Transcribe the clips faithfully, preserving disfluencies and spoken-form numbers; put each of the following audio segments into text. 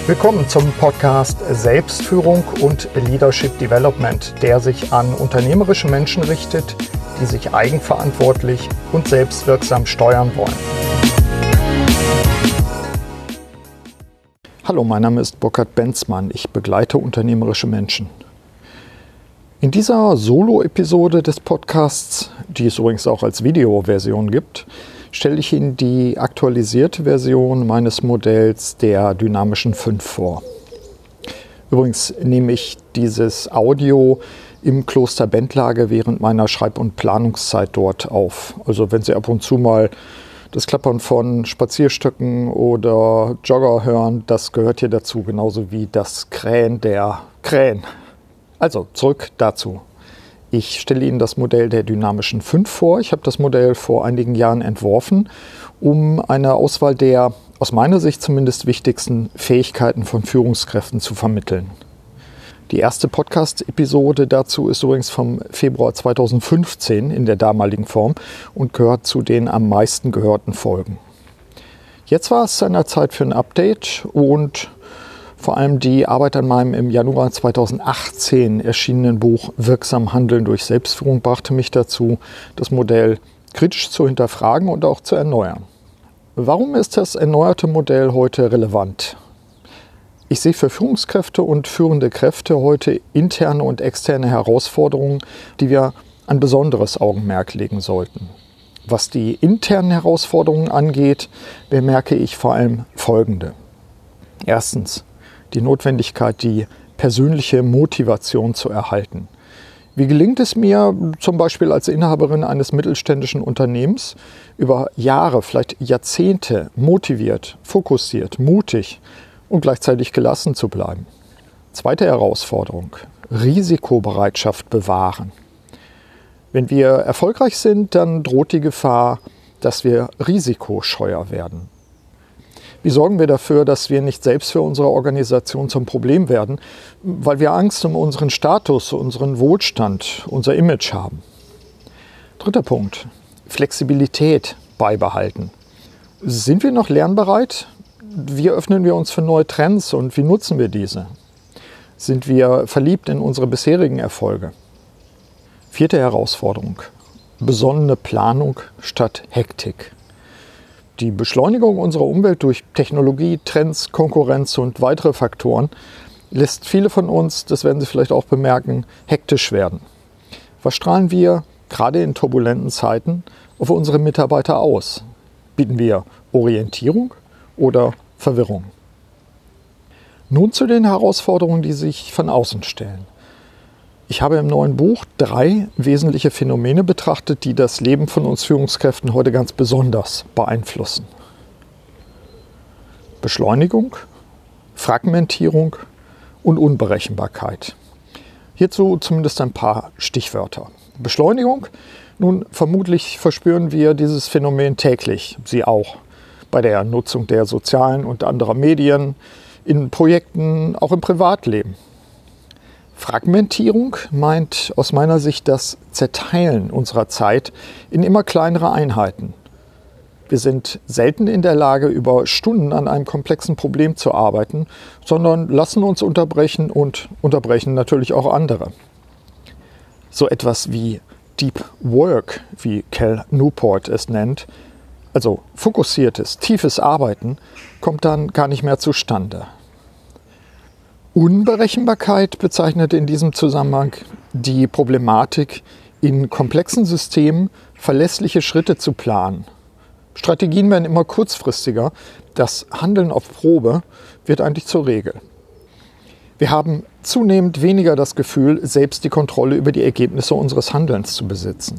Willkommen zum Podcast Selbstführung und Leadership Development, der sich an unternehmerische Menschen richtet, die sich eigenverantwortlich und selbstwirksam steuern wollen. Hallo, mein Name ist Burkhard Benzmann. Ich begleite unternehmerische Menschen. In dieser Solo-Episode des Podcasts, die es übrigens auch als Videoversion gibt, stelle ich Ihnen die aktualisierte Version meines Modells der dynamischen fünf vor. Übrigens nehme ich dieses Audio im Kloster Bentlage während meiner Schreib- und Planungszeit dort auf. Also wenn Sie ab und zu mal das Klappern von Spazierstöcken oder Jogger hören, das gehört hier dazu, genauso wie das Krähen der Krähen. Also zurück dazu. Ich stelle Ihnen das Modell der dynamischen fünf vor. Ich habe das Modell vor einigen Jahren entworfen, um eine Auswahl der, aus meiner Sicht zumindest, wichtigsten Fähigkeiten von Führungskräften zu vermitteln. Die erste Podcast-Episode dazu ist übrigens vom Februar zweitausendfünfzehn in der damaligen Form und gehört zu den am meisten gehörten Folgen. Jetzt war es seiner Zeit für ein Update und vor allem die Arbeit an meinem im Januar zweitausendachtzehn erschienenen Buch Wirksam Handeln durch Selbstführung brachte mich dazu, das Modell kritisch zu hinterfragen und auch zu erneuern. Warum ist das erneuerte Modell heute relevant? Ich sehe für Führungskräfte und führende Kräfte heute interne und externe Herausforderungen, die wir ein besonderes Augenmerk legen sollten. Was die internen Herausforderungen angeht, bemerke ich vor allem folgende. Erstens, die Notwendigkeit, die persönliche Motivation zu erhalten. Wie gelingt es mir, zum Beispiel als Inhaberin eines mittelständischen Unternehmens, über Jahre, vielleicht Jahrzehnte motiviert, fokussiert, mutig und gleichzeitig gelassen zu bleiben? Zweite Herausforderung, Risikobereitschaft bewahren. Wenn wir erfolgreich sind, dann droht die Gefahr, dass wir risikoscheuer werden. Wie sorgen wir dafür, dass wir nicht selbst für unsere Organisation zum Problem werden, weil wir Angst um unseren Status, unseren Wohlstand, unser Image haben? Dritter Punkt, Flexibilität beibehalten. Sind wir noch lernbereit? Wie öffnen wir uns für neue Trends und wie nutzen wir diese? Sind wir verliebt in unsere bisherigen Erfolge? Vierte Herausforderung, besonnene Planung statt Hektik. Die Beschleunigung unserer Umwelt durch Technologie, Trends, Konkurrenz und weitere Faktoren lässt viele von uns, das werden Sie vielleicht auch bemerken, hektisch werden. Was strahlen wir, gerade in turbulenten Zeiten, auf unsere Mitarbeiter aus? Bieten wir Orientierung oder Verwirrung? Nun zu den Herausforderungen, die sich von außen stellen. Ich habe im neuen Buch drei wesentliche Phänomene betrachtet, die das Leben von uns Führungskräften heute ganz besonders beeinflussen. Beschleunigung, Fragmentierung und Unberechenbarkeit. Hierzu zumindest ein paar Stichwörter. Beschleunigung, nun vermutlich verspüren wir dieses Phänomen täglich, Sie auch, bei der Nutzung der sozialen und anderer Medien, in Projekten, auch im Privatleben. Fragmentierung meint aus meiner Sicht das Zerteilen unserer Zeit in immer kleinere Einheiten. Wir sind selten in der Lage, über Stunden an einem komplexen Problem zu arbeiten, sondern lassen uns unterbrechen und unterbrechen natürlich auch andere. So etwas wie Deep Work, wie Cal Newport es nennt, also fokussiertes, tiefes Arbeiten, kommt dann gar nicht mehr zustande. Unberechenbarkeit bezeichnet in diesem Zusammenhang die Problematik, in komplexen Systemen verlässliche Schritte zu planen. Strategien werden immer kurzfristiger, das Handeln auf Probe wird eigentlich zur Regel. Wir haben zunehmend weniger das Gefühl, selbst die Kontrolle über die Ergebnisse unseres Handelns zu besitzen.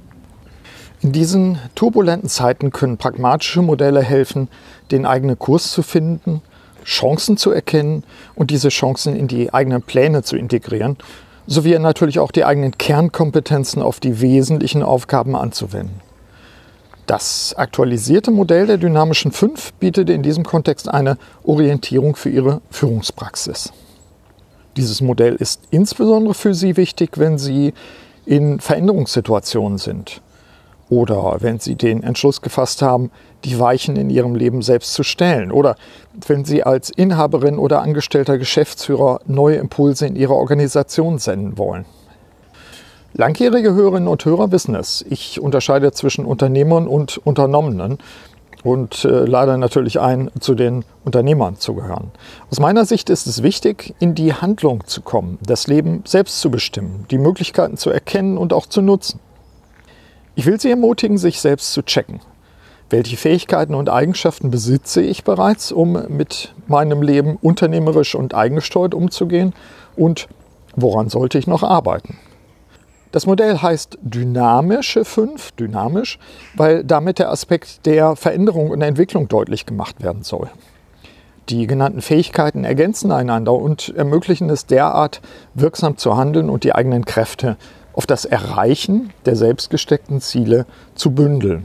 In diesen turbulenten Zeiten können pragmatische Modelle helfen, den eigenen Kurs zu finden, Chancen zu erkennen und diese Chancen in die eigenen Pläne zu integrieren, sowie natürlich auch die eigenen Kernkompetenzen auf die wesentlichen Aufgaben anzuwenden. Das aktualisierte Modell der dynamischen fünf bietet in diesem Kontext eine Orientierung für Ihre Führungspraxis. Dieses Modell ist insbesondere für Sie wichtig, wenn Sie in Veränderungssituationen sind. Oder wenn Sie den Entschluss gefasst haben, die Weichen in Ihrem Leben selbst zu stellen. Oder wenn Sie als Inhaberin oder angestellter Geschäftsführer neue Impulse in Ihre Organisation senden wollen. Langjährige Hörerinnen und Hörer wissen es. Ich unterscheide zwischen Unternehmern und Unternommenen und äh, lade natürlich ein, zu den Unternehmern zu gehören. Aus meiner Sicht ist es wichtig, in die Handlung zu kommen, das Leben selbst zu bestimmen, die Möglichkeiten zu erkennen und auch zu nutzen. Ich will Sie ermutigen, sich selbst zu checken. Welche Fähigkeiten und Eigenschaften besitze ich bereits, um mit meinem Leben unternehmerisch und eigengesteuert umzugehen? Und woran sollte ich noch arbeiten? Das Modell heißt dynamische fünf, dynamisch, weil damit der Aspekt der Veränderung und Entwicklung deutlich gemacht werden soll. Die genannten Fähigkeiten ergänzen einander und ermöglichen es derart, wirksam zu handeln und die eigenen Kräfte auf das Erreichen der selbst gesteckten Ziele zu bündeln.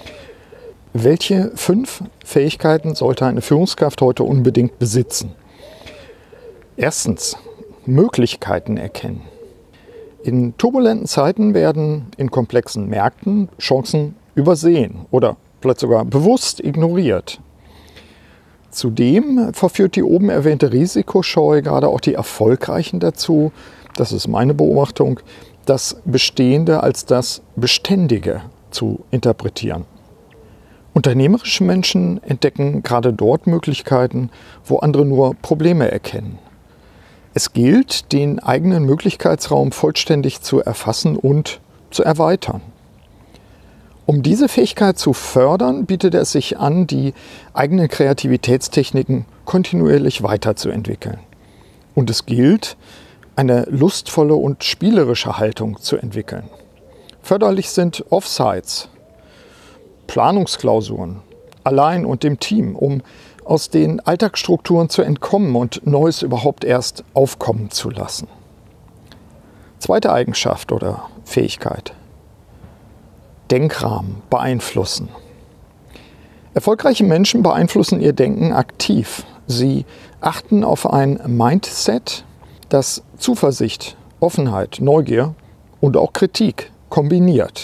Welche fünf Fähigkeiten sollte eine Führungskraft heute unbedingt besitzen? Erstens, Möglichkeiten erkennen. In turbulenten Zeiten werden in komplexen Märkten Chancen übersehen oder vielleicht sogar bewusst ignoriert. Zudem verführt die oben erwähnte Risikoscheu gerade auch die Erfolgreichen dazu, das ist meine Beobachtung, das Bestehende als das Beständige zu interpretieren. Unternehmerische Menschen entdecken gerade dort Möglichkeiten, wo andere nur Probleme erkennen. Es gilt, den eigenen Möglichkeitsraum vollständig zu erfassen und zu erweitern. Um diese Fähigkeit zu fördern, bietet es sich an, die eigenen Kreativitätstechniken kontinuierlich weiterzuentwickeln. Und es gilt, eine lustvolle und spielerische Haltung zu entwickeln. Förderlich sind Offsites, Planungsklausuren, allein und im Team, um aus den Alltagsstrukturen zu entkommen und Neues überhaupt erst aufkommen zu lassen. Zweite Eigenschaft oder Fähigkeit: Denkrahmen beeinflussen. Erfolgreiche Menschen beeinflussen ihr Denken aktiv. Sie achten auf ein Mindset, das Zuversicht, Offenheit, Neugier und auch Kritik kombiniert.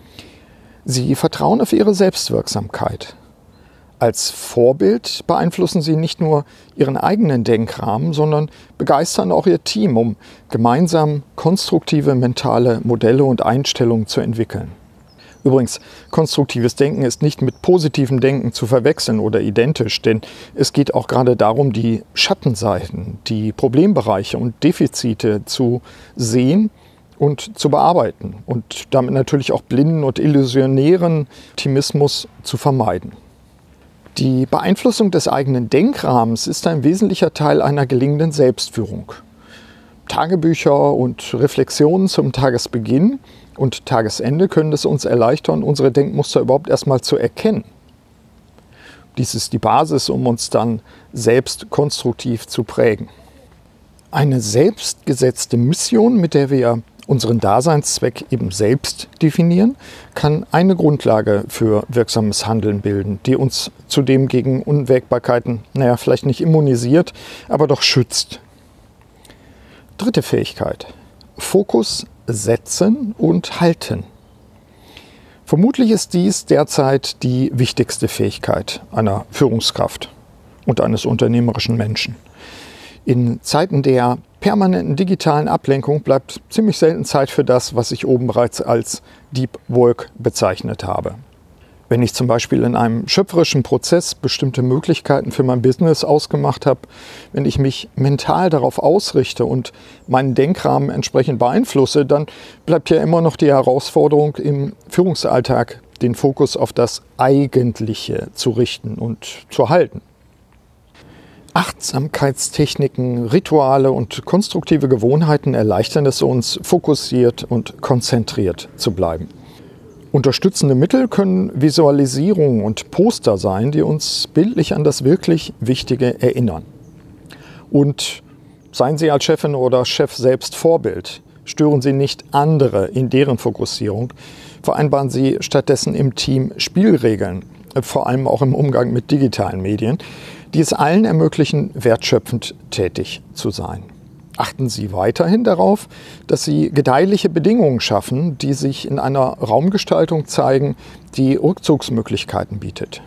Sie vertrauen auf ihre Selbstwirksamkeit. Als Vorbild beeinflussen sie nicht nur ihren eigenen Denkrahmen, sondern begeistern auch ihr Team, um gemeinsam konstruktive mentale Modelle und Einstellungen zu entwickeln. Übrigens, konstruktives Denken ist nicht mit positivem Denken zu verwechseln oder identisch, denn es geht auch gerade darum, die Schattenseiten, die Problembereiche und Defizite zu sehen und zu bearbeiten und damit natürlich auch blinden und illusionären Optimismus zu vermeiden. Die Beeinflussung des eigenen Denkrahmens ist ein wesentlicher Teil einer gelingenden Selbstführung. Tagebücher und Reflexionen zum Tagesbeginn und Tagesende können es uns erleichtern, unsere Denkmuster überhaupt erstmal zu erkennen. Dies ist die Basis, um uns dann selbst konstruktiv zu prägen. Eine selbstgesetzte Mission, mit der wir unseren Daseinszweck eben selbst definieren, kann eine Grundlage für wirksames Handeln bilden, die uns zudem gegen Unwägbarkeiten, naja, vielleicht nicht immunisiert, aber doch schützt. Dritte Fähigkeit: Fokus setzen und halten. Vermutlich ist dies derzeit die wichtigste Fähigkeit einer Führungskraft und eines unternehmerischen Menschen. In Zeiten der permanenten digitalen Ablenkung bleibt ziemlich selten Zeit für das, was ich oben bereits als Deep Work bezeichnet habe. Wenn ich zum Beispiel in einem schöpferischen Prozess bestimmte Möglichkeiten für mein Business ausgemacht habe, wenn ich mich mental darauf ausrichte und meinen Denkrahmen entsprechend beeinflusse, dann bleibt ja immer noch die Herausforderung im Führungsalltag, den Fokus auf das Eigentliche zu richten und zu halten. Achtsamkeitstechniken, Rituale und konstruktive Gewohnheiten erleichtern es uns, fokussiert und konzentriert zu bleiben. Unterstützende Mittel können Visualisierungen und Poster sein, die uns bildlich an das wirklich Wichtige erinnern. Und seien Sie als Chefin oder Chef selbst Vorbild. Stören Sie nicht andere in deren Fokussierung. Vereinbaren Sie stattdessen im Team Spielregeln, vor allem auch im Umgang mit digitalen Medien, die es allen ermöglichen, wertschöpfend tätig zu sein. Achten Sie weiterhin darauf, dass Sie gedeihliche Bedingungen schaffen, die sich in einer Raumgestaltung zeigen, die Rückzugsmöglichkeiten bietet.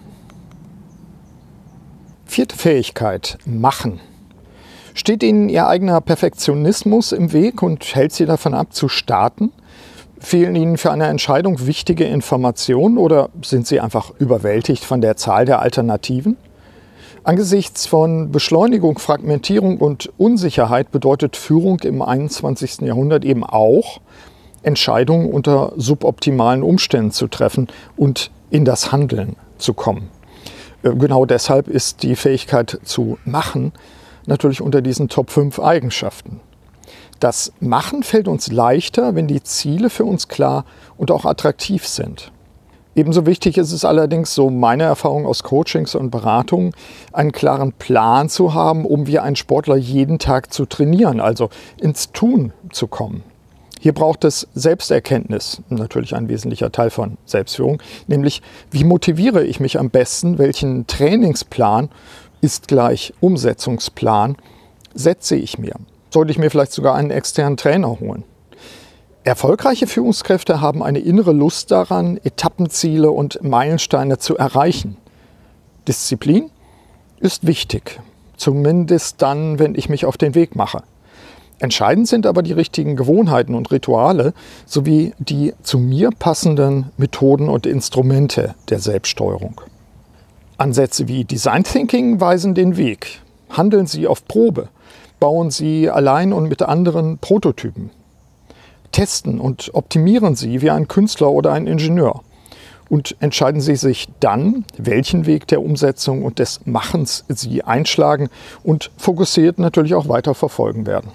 Vierte Fähigkeit: Machen. Steht Ihnen Ihr eigener Perfektionismus im Weg und hält Sie davon ab, zu starten? Fehlen Ihnen für eine Entscheidung wichtige Informationen oder sind Sie einfach überwältigt von der Zahl der Alternativen? Angesichts von Beschleunigung, Fragmentierung und Unsicherheit bedeutet Führung im einundzwanzigsten Jahrhundert eben auch, Entscheidungen unter suboptimalen Umständen zu treffen und in das Handeln zu kommen. Genau deshalb ist die Fähigkeit zu machen natürlich unter diesen Top fünf Eigenschaften. Das Machen fällt uns leichter, wenn die Ziele für uns klar und auch attraktiv sind. Ebenso wichtig ist es allerdings, so meine Erfahrung aus Coachings und Beratungen, einen klaren Plan zu haben, um wie ein Sportler jeden Tag zu trainieren, also ins Tun zu kommen. Hier braucht es Selbsterkenntnis, natürlich ein wesentlicher Teil von Selbstführung, nämlich wie motiviere ich mich am besten, welchen Trainingsplan ist gleich Umsetzungsplan setze ich mir. Sollte ich mir vielleicht sogar einen externen Trainer holen? Erfolgreiche Führungskräfte haben eine innere Lust daran, Etappenziele und Meilensteine zu erreichen. Disziplin ist wichtig, zumindest dann, wenn ich mich auf den Weg mache. Entscheidend sind aber die richtigen Gewohnheiten und Rituale sowie die zu mir passenden Methoden und Instrumente der Selbststeuerung. Ansätze wie Design Thinking weisen den Weg. Handeln Sie auf Probe, bauen Sie allein und mit anderen Prototypen. Testen und optimieren Sie wie ein Künstler oder ein Ingenieur und entscheiden Sie sich dann, welchen Weg der Umsetzung und des Machens Sie einschlagen und fokussiert natürlich auch weiter verfolgen werden.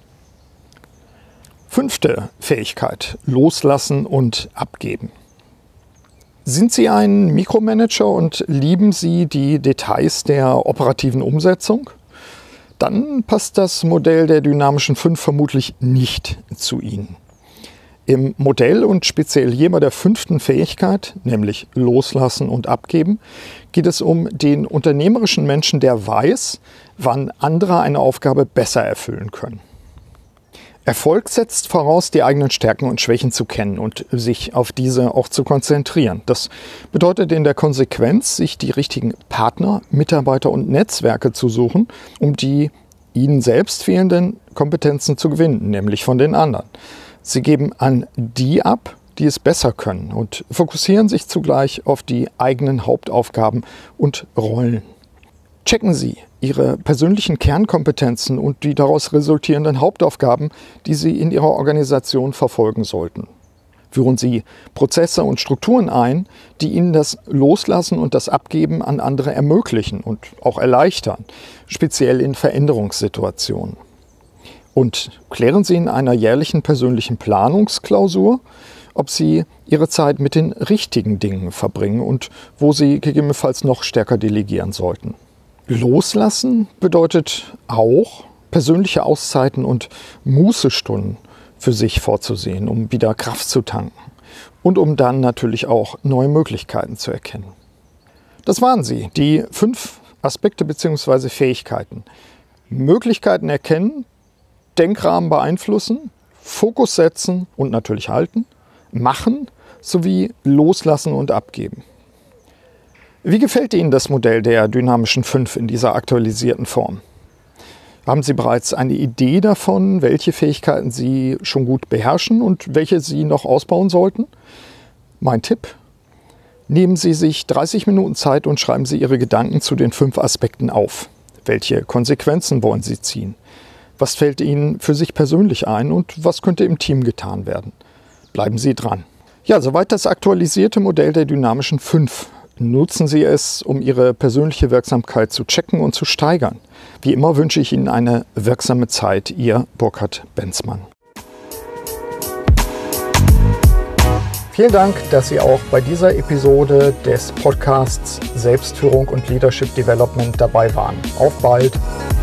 Fünfte Fähigkeit: Loslassen und abgeben. Sind Sie ein Mikromanager und lieben Sie die Details der operativen Umsetzung? Dann passt das Modell der dynamischen fünf vermutlich nicht zu Ihnen. Im Modell und speziell hier bei der fünften Fähigkeit, nämlich Loslassen und Abgeben, geht es um den unternehmerischen Menschen, der weiß, wann andere eine Aufgabe besser erfüllen können. Erfolg setzt voraus, die eigenen Stärken und Schwächen zu kennen und sich auf diese auch zu konzentrieren. Das bedeutet in der Konsequenz, sich die richtigen Partner, Mitarbeiter und Netzwerke zu suchen, um die ihnen selbst fehlenden Kompetenzen zu gewinnen, nämlich von den anderen. Sie geben an die ab, die es besser können und fokussieren sich zugleich auf die eigenen Hauptaufgaben und Rollen. Checken Sie Ihre persönlichen Kernkompetenzen und die daraus resultierenden Hauptaufgaben, die Sie in Ihrer Organisation verfolgen sollten. Führen Sie Prozesse und Strukturen ein, die Ihnen das Loslassen und das Abgeben an andere ermöglichen und auch erleichtern, speziell in Veränderungssituationen. Und klären Sie in einer jährlichen persönlichen Planungsklausur, ob Sie Ihre Zeit mit den richtigen Dingen verbringen und wo Sie gegebenenfalls noch stärker delegieren sollten. Loslassen bedeutet auch, persönliche Auszeiten und Mußestunden für sich vorzusehen, um wieder Kraft zu tanken und um dann natürlich auch neue Möglichkeiten zu erkennen. Das waren sie, die fünf Aspekte bzw. Fähigkeiten. Möglichkeiten erkennen, Denkrahmen beeinflussen, Fokus setzen und natürlich halten, machen sowie loslassen und abgeben. Wie gefällt Ihnen das Modell der dynamischen fünf in dieser aktualisierten Form? Haben Sie bereits eine Idee davon, welche Fähigkeiten Sie schon gut beherrschen und welche Sie noch ausbauen sollten? Mein Tipp: Nehmen Sie sich dreißig Minuten Zeit und schreiben Sie Ihre Gedanken zu den fünf Aspekten auf. Welche Konsequenzen wollen Sie ziehen? Was fällt Ihnen für sich persönlich ein und was könnte im Team getan werden? Bleiben Sie dran. Ja, soweit das aktualisierte Modell der dynamischen fünf. Nutzen Sie es, um Ihre persönliche Wirksamkeit zu checken und zu steigern. Wie immer wünsche ich Ihnen eine wirksame Zeit. Ihr Burkhard Benzmann. Vielen Dank, dass Sie auch bei dieser Episode des Podcasts Selbstführung und Leadership Development dabei waren. Auf bald!